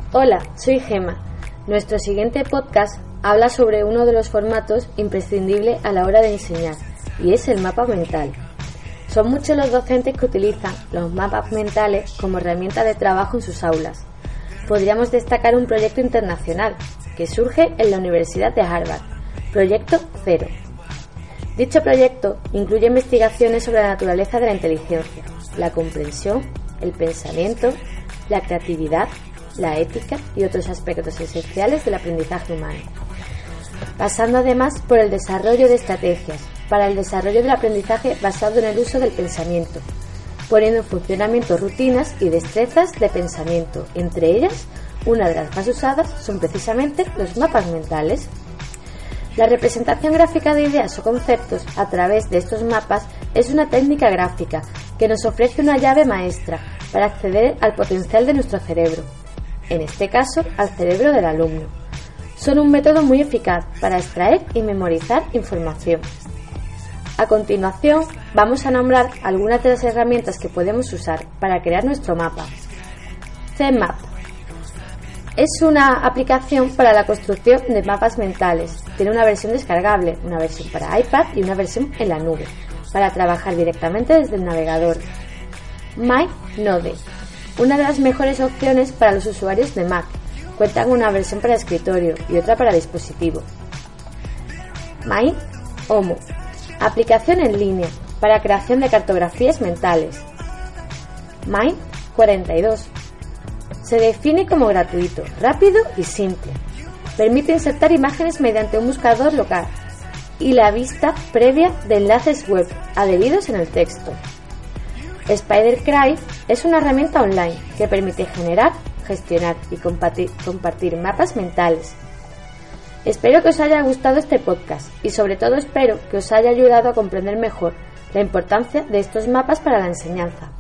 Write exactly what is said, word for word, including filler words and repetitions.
Hola, soy Gema. Nuestro siguiente podcast habla sobre uno de los formatos imprescindibles a la hora de enseñar, y es el mapa mental. Son muchos los docentes que utilizan los mapas mentales como herramienta de trabajo en sus aulas. Podríamos destacar un proyecto internacional que surge en la Universidad de Harvard, Proyecto Zero. Dicho proyecto incluye investigaciones sobre la naturaleza de la inteligencia, la comprensión, el pensamiento, la creatividad, la ética y otros aspectos esenciales del aprendizaje humano, pasando además por el desarrollo de estrategias para el desarrollo del aprendizaje basado en el uso del pensamiento, poniendo en funcionamiento rutinas y destrezas de pensamiento. Entre ellas, una de las más usadas son precisamente los mapas mentales. La representación gráfica de ideas o conceptos a través de estos mapas es una técnica gráfica que nos ofrece una llave maestra para acceder al potencial de nuestro cerebro, en este caso al cerebro del alumno. Son un método muy eficaz para extraer y memorizar información. A continuación, vamos a nombrar algunas de las herramientas que podemos usar para crear nuestro mapa. CMap es una aplicación para la construcción de mapas mentales. Tiene una versión descargable, una versión para iPad y una versión en la nube, para trabajar directamente desde el navegador. MindNode, una de las mejores opciones para los usuarios de Mac. Cuenta con una versión para escritorio y otra para dispositivo. MindOmo, aplicación en línea para creación de cartografías mentales. Mind cuarenta y dos, se define como gratuito, rápido y simple. Permite insertar imágenes mediante un buscador local y la vista previa de enlaces web adheridos en el texto. SpiderCraft es una herramienta online que permite generar, gestionar y compartir, compartir mapas mentales. Espero que os haya gustado este podcast y sobre todo espero que os haya ayudado a comprender mejor la importancia de estos mapas para la enseñanza.